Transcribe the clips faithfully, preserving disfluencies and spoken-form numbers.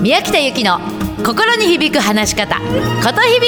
宮北由紀の心に響く話し方、ことひび。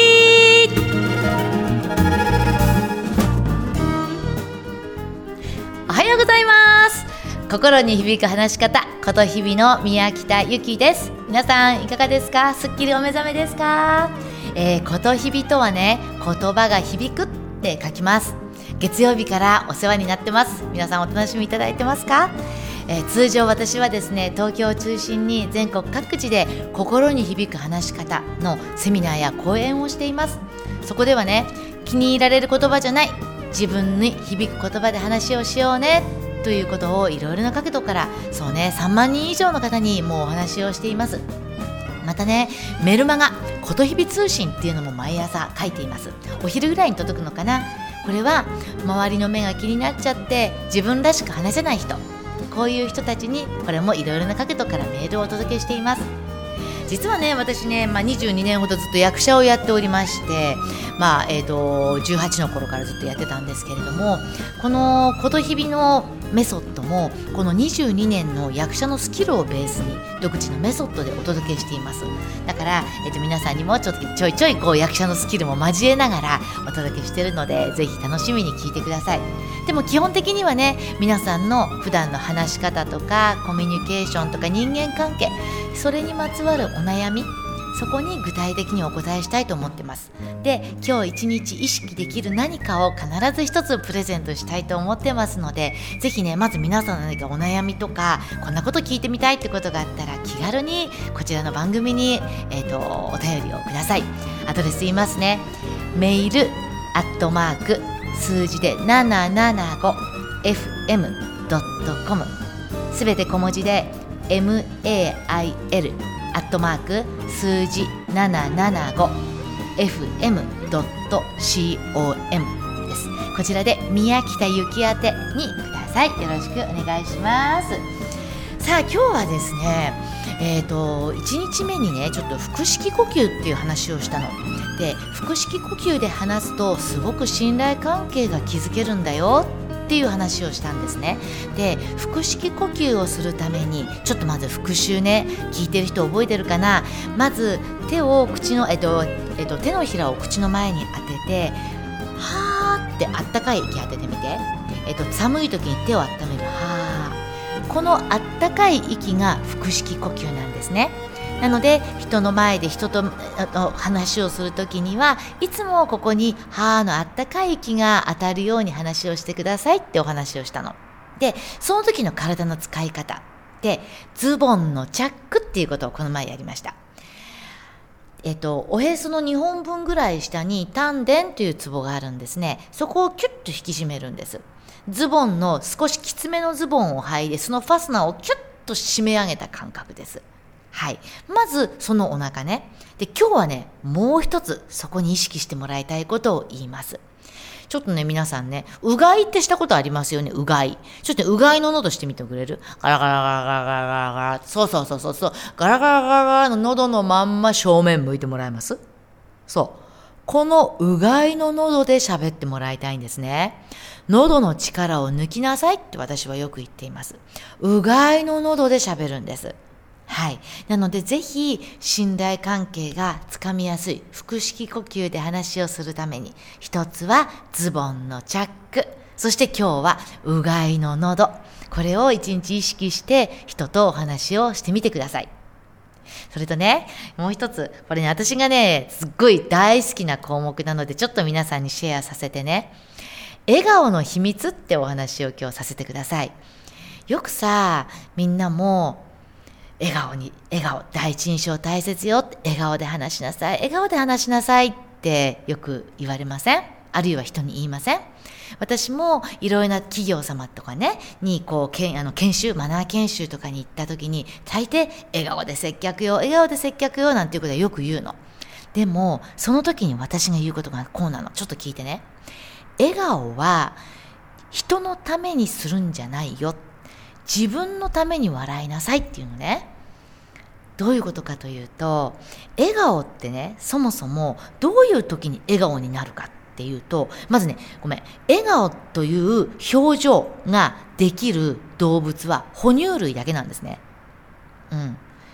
おはようございます。心に響く話し方、ことひびの宮北由紀です。皆さんいかがですか？すっきりお目覚めですか？えー、ことひびとはね、言葉が響くって書きます。月曜日からお世話になってます。皆さんお楽しみいただいてますか？えー、通常私はですね、東京を中心に全国各地で心に響く話し方のセミナーや講演をしています。そこではね、気に入られる言葉じゃない、自分に響く言葉で話をしようねということをいろいろな角度から、そうね、さんまんにん以上の方にもうお話をしています。またね、メルマガことひび通信っていうのも毎朝書いています。お昼ぐらいに届くのかな。これは周りの目が気になっちゃって自分らしく話せない人、こういう人たちにこれもいろいろな角度からメールをお届けしています。実はね、私ね、まあ、にじゅうにねんほどずっと役者をやっておりまして、まあえー、とじゅうはちの頃からずっとやってたんですけれども、このことひびのメソッドもこのにじゅうにねんの役者のスキルをベースに独自のメソッドでお届けしています。だから、えー、と皆さんにもちょっとちょいちょいこう役者のスキルも交えながらお届けしているので、ぜひ楽しみに聞いてください。でも基本的にはね、皆さんの普段の話し方とかコミュニケーションとか人間関係、それにまつわるお悩み、そこに具体的にお答えしたいと思ってます。で、今日一日意識できる何かを必ず一つプレゼントしたいと思ってますので、ぜひね、まず皆さんの何かお悩みとかこんなこと聞いてみたいってことがあったら、気軽にこちらの番組に、えーと、お便りをください。アドレス言いますね。メールアットマーク数字でななななごエフエムドットコム、 すべて小文字で メール アットマーク数字ななななごエフエムドットコム です。こちらで宮北由紀宛てにください。よろしくお願いします。さあ、今日はですね、えーといちにちめにね、ちょっと腹式呼吸っていう話をしたので、腹式呼吸で話すとすごく信頼関係が築けるんだよっていう話をしたんですね。で、腹式呼吸をするためにちょっとまず復習ね、聞いてる人覚えてるかな。まず手を口の、えっとえっと、手のひらを口の前に当てて、はーってあったかい息当ててみて、えっと、寒い時に手を温めるはー、このあったかい息が腹式呼吸なんですね。なので、人の前で人と話をするときには、いつもここにはーのあったかい息が当たるように話をしてくださいってお話をしたので、その時の体の使い方で、ズボンのチャックっていうことをこの前やりました。えっと、おへそのにほんぶんぐらい下に丹田というツボがあるんですね。そこをキュッと引き締めるんです。ズボンの少しきつめのズボンを履いて、そのファスナーをキュッと締め上げた感覚です。はい、まずそのお腹ね。で、今日はね、もう一つそこに意識してもらいたいことを言います。ちょっとね、皆さんね、うがいってしたことありますよね。うがい、ちょっと、ね、うがいの喉してみてくれる？ガラガラガラガラガラガラガラ、そうそうそうそうそう、ガラガラガラガラの喉のまんま正面向いてもらえます？そう、このうがいの喉で喋ってもらいたいんですね。喉の力を抜きなさいって私はよく言っています。うがいの喉で喋るんです。はい。なので、ぜひ信頼関係がつかみやすい腹式呼吸で話をするために、一つはズボンのチャック、そして今日はうがいの喉、これを一日意識して人とお話をしてみてください。それとね、もう一つ、これね、私がね、すっごい大好きな項目なので、ちょっと皆さんにシェアさせてね、笑顔の秘密ってお話を今日させてください。よくさ、みんなも笑顔に、笑顔、第一印象大切よって、笑顔で話しなさい、笑顔で話しなさいってよく言われません？あるいは人に言いません？私もいろいろな企業様とかね、にこう、けんあの研修、マナー研修とかに行った時に、大抵、笑顔で接客よ、笑顔で接客よ、なんていうことはよく言うの。でも、その時に私が言うことがこうなの。ちょっと聞いてね。笑顔は、人のためにするんじゃないよ。自分のために笑いなさいっていうのね。どういうことかというと、笑顔ってね、そもそもどういう時に笑顔になるかっていうと、まずね、ごめん、笑顔という表情ができる動物は哺乳類だけなんですね。うん。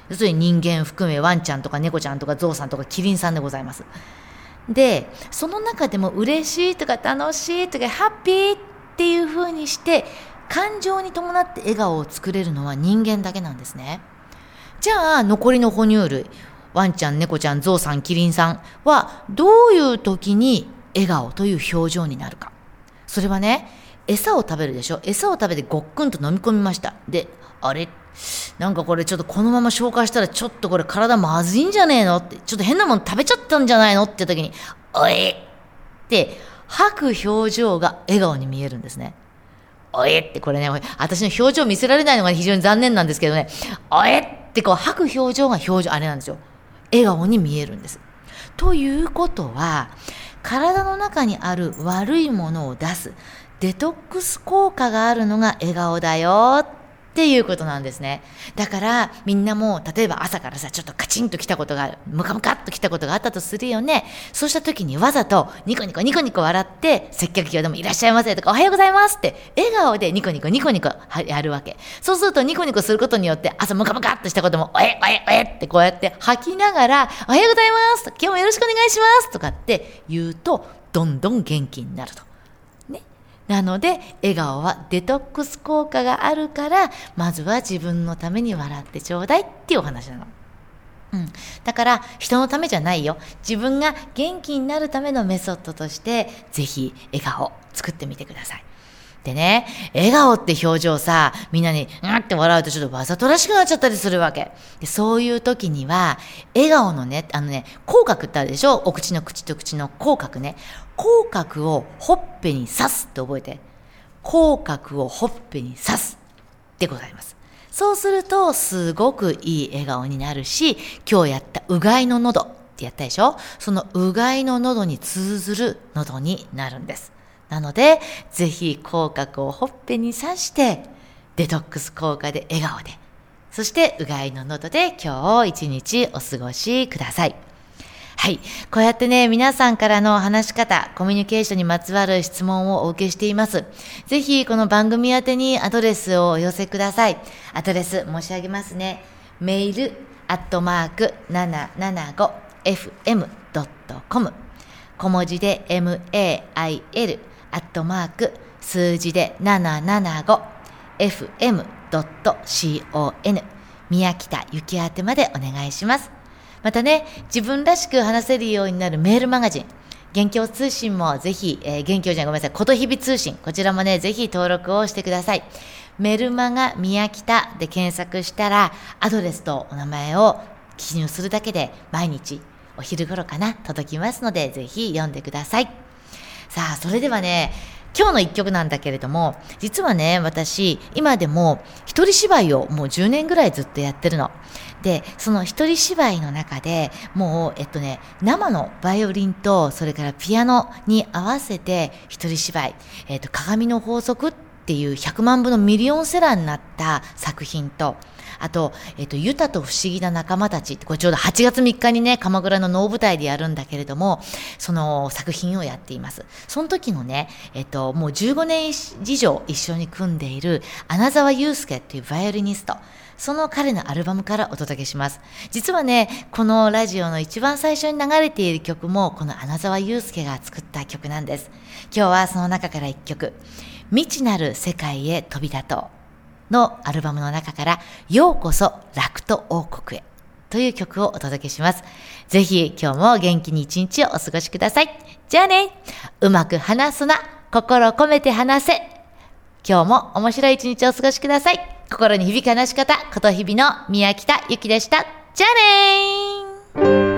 要するに人間含めワンちゃんとか猫ちゃんとかゾウさんとかキリンさんでございます。でその中でも嬉しいとか楽しいとかハッピーっていう風にして感情に伴って笑顔を作れるのは人間だけなんですね。じゃあ残りの哺乳類、ワンちゃん、猫ちゃん、ゾウさん、キリンさんはどういう時に笑顔という表情になるか。それはね、餌を食べるでしょ。餌を食べてごっくんと飲み込みました。で、あれなんかこれちょっとこのまま消化したらちょっとこれ体まずいんじゃねえのって、ちょっと変なもの食べちゃったんじゃないのって時に、おえって吐く表情が笑顔に見えるんですね。おえってこれね、私の表情見せられないのが非常に残念なんですけどね、おえってこう吐く表情が表情、あれなんですよ。笑顔に見えるんです。ということは、体の中にある悪いものを出すデトックス効果があるのが笑顔だよっていうことなんですね。だからみんなも例えば朝からさちょっとカチンと来たことがある、ムカムカっと来たことがあったとするよね。そうした時にわざとニコニコニコニコ笑って接客業でもいらっしゃいませとかおはようございますって笑顔でニコニコニコニコやるわけ。そうするとニコニコすることによって朝ムカムカっとしたこともおえおえおえってこうやって吐きながらおはようございます今日もよろしくお願いしますとかって言うとどんどん元気になると。なので笑顔はデトックス効果があるからまずは自分のために笑ってちょうだいっていうお話なの、うん、だから人のためじゃないよ、自分が元気になるためのメソッドとしてぜひ笑顔を作ってみてください。でね、笑顔って表情さ、みんなにうんって笑うとちょっとわざとらしくなっちゃったりするわけで、そういう時には笑顔のね、あのね、口角ってあるでしょ、お口の口と口の口角ね、口角をほっぺに刺すって覚えて、口角をほっぺに刺すでございます。そうするとすごくいい笑顔になるし、今日やったうがいの喉ってやったでしょ、そのうがいの喉に通ずる喉になるんです。なのでぜひ口角をほっぺに刺してデトックス効果で笑顔で、そしてうがいの喉で今日一日お過ごしください。はい、こうやってね、皆さんからの話し方、コミュニケーションにまつわる質問をお受けしています。ぜひこの番組宛てにアドレスをお寄せください。アドレス申し上げますね。メールアットマーク ななななごエフエムドットコム、 小文字で エムエーアイエル アットマーク数字で ななななごエフエムドットコム 宮北ゆき宛てまでお願いします。またね、自分らしく話せるようになるメールマガジン元凶通信もぜひ、えー、元凶じゃごめんなさい、ことひび通信、こちらもねぜひ登録をしてください。メルマガ宮北で検索したらアドレスとお名前を記入するだけで毎日お昼頃かな届きますので、ぜひ読んでください。さあ、それではね、今日の一曲なんだけれども、実はね、私今でも一人芝居をもうじゅうねんぐらいずっとやってるので、その一人芝居の中でもうえっとね生のバイオリンとそれからピアノに合わせて一人芝居、えっと鏡の法則っていうひゃくまんぶのミリオンセラーになった作品と、あと、えっと、ユタと不思議な仲間たちって、これちょうどはちがつみっかにね、鎌倉の能舞台でやるんだけれども、その作品をやっています。その時のね、えっと、もうじゅうごねん以上一緒に組んでいる穴沢祐介っていうバイオリニスト、その彼のアルバムからお届けします。実はね、このラジオの一番最初に流れている曲も、この穴沢祐介が作った曲なんです。今日はその中から一曲、未知なる世界へ飛び立とうのアルバムの中から、ようこそラクト王国へという曲をお届けします。ぜひ今日も元気に一日をお過ごしください。じゃあね、うまく話すな、心込めて話せ。今日も面白い一日をお過ごしください。心に響く話し方、ことひびの宮北ゆきでした。じゃあねー。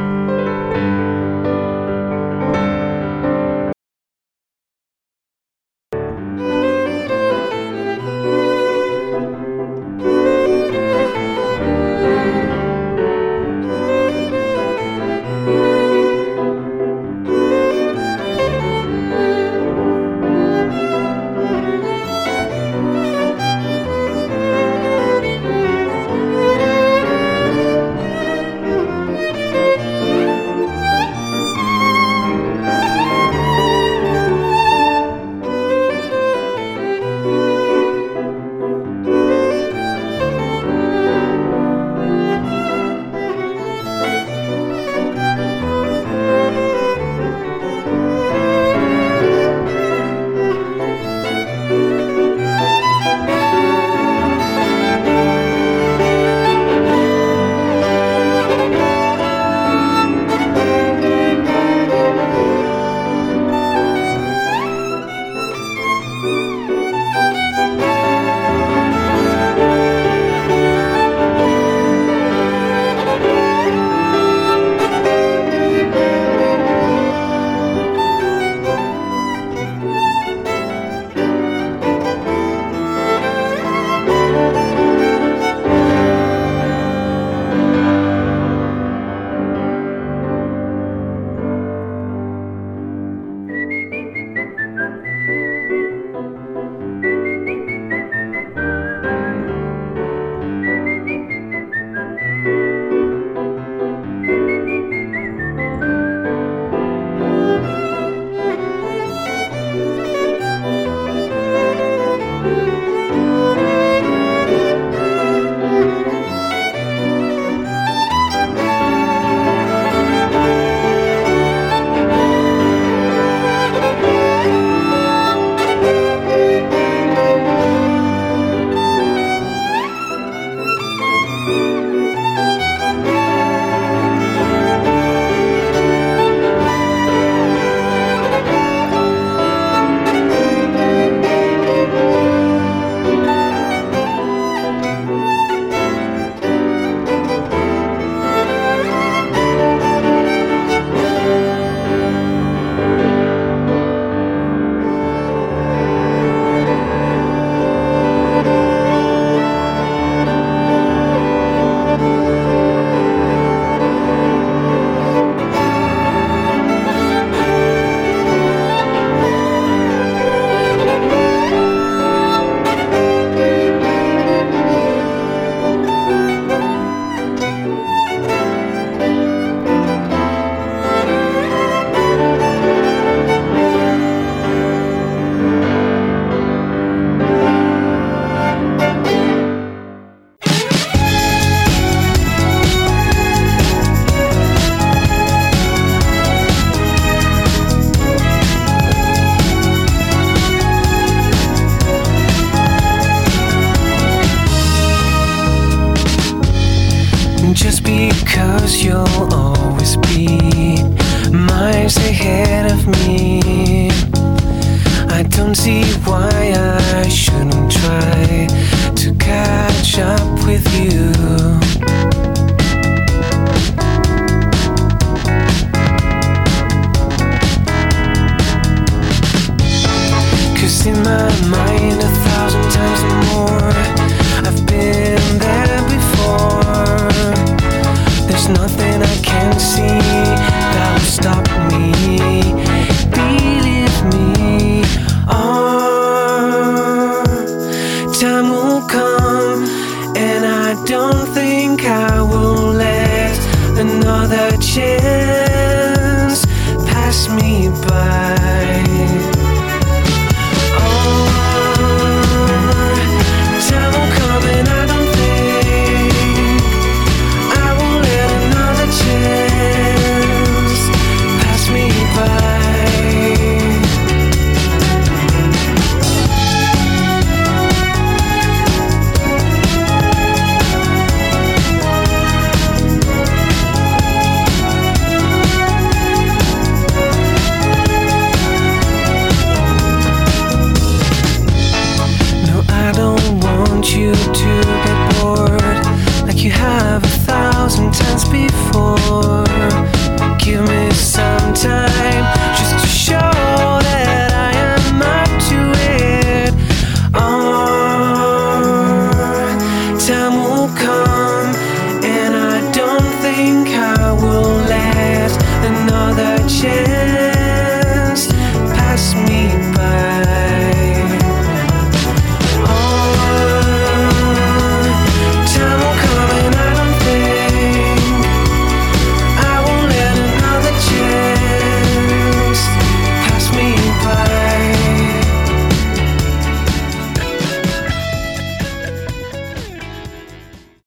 just because you'll always be miles ahead of me. I don't see why I shouldn't try to catch up with you.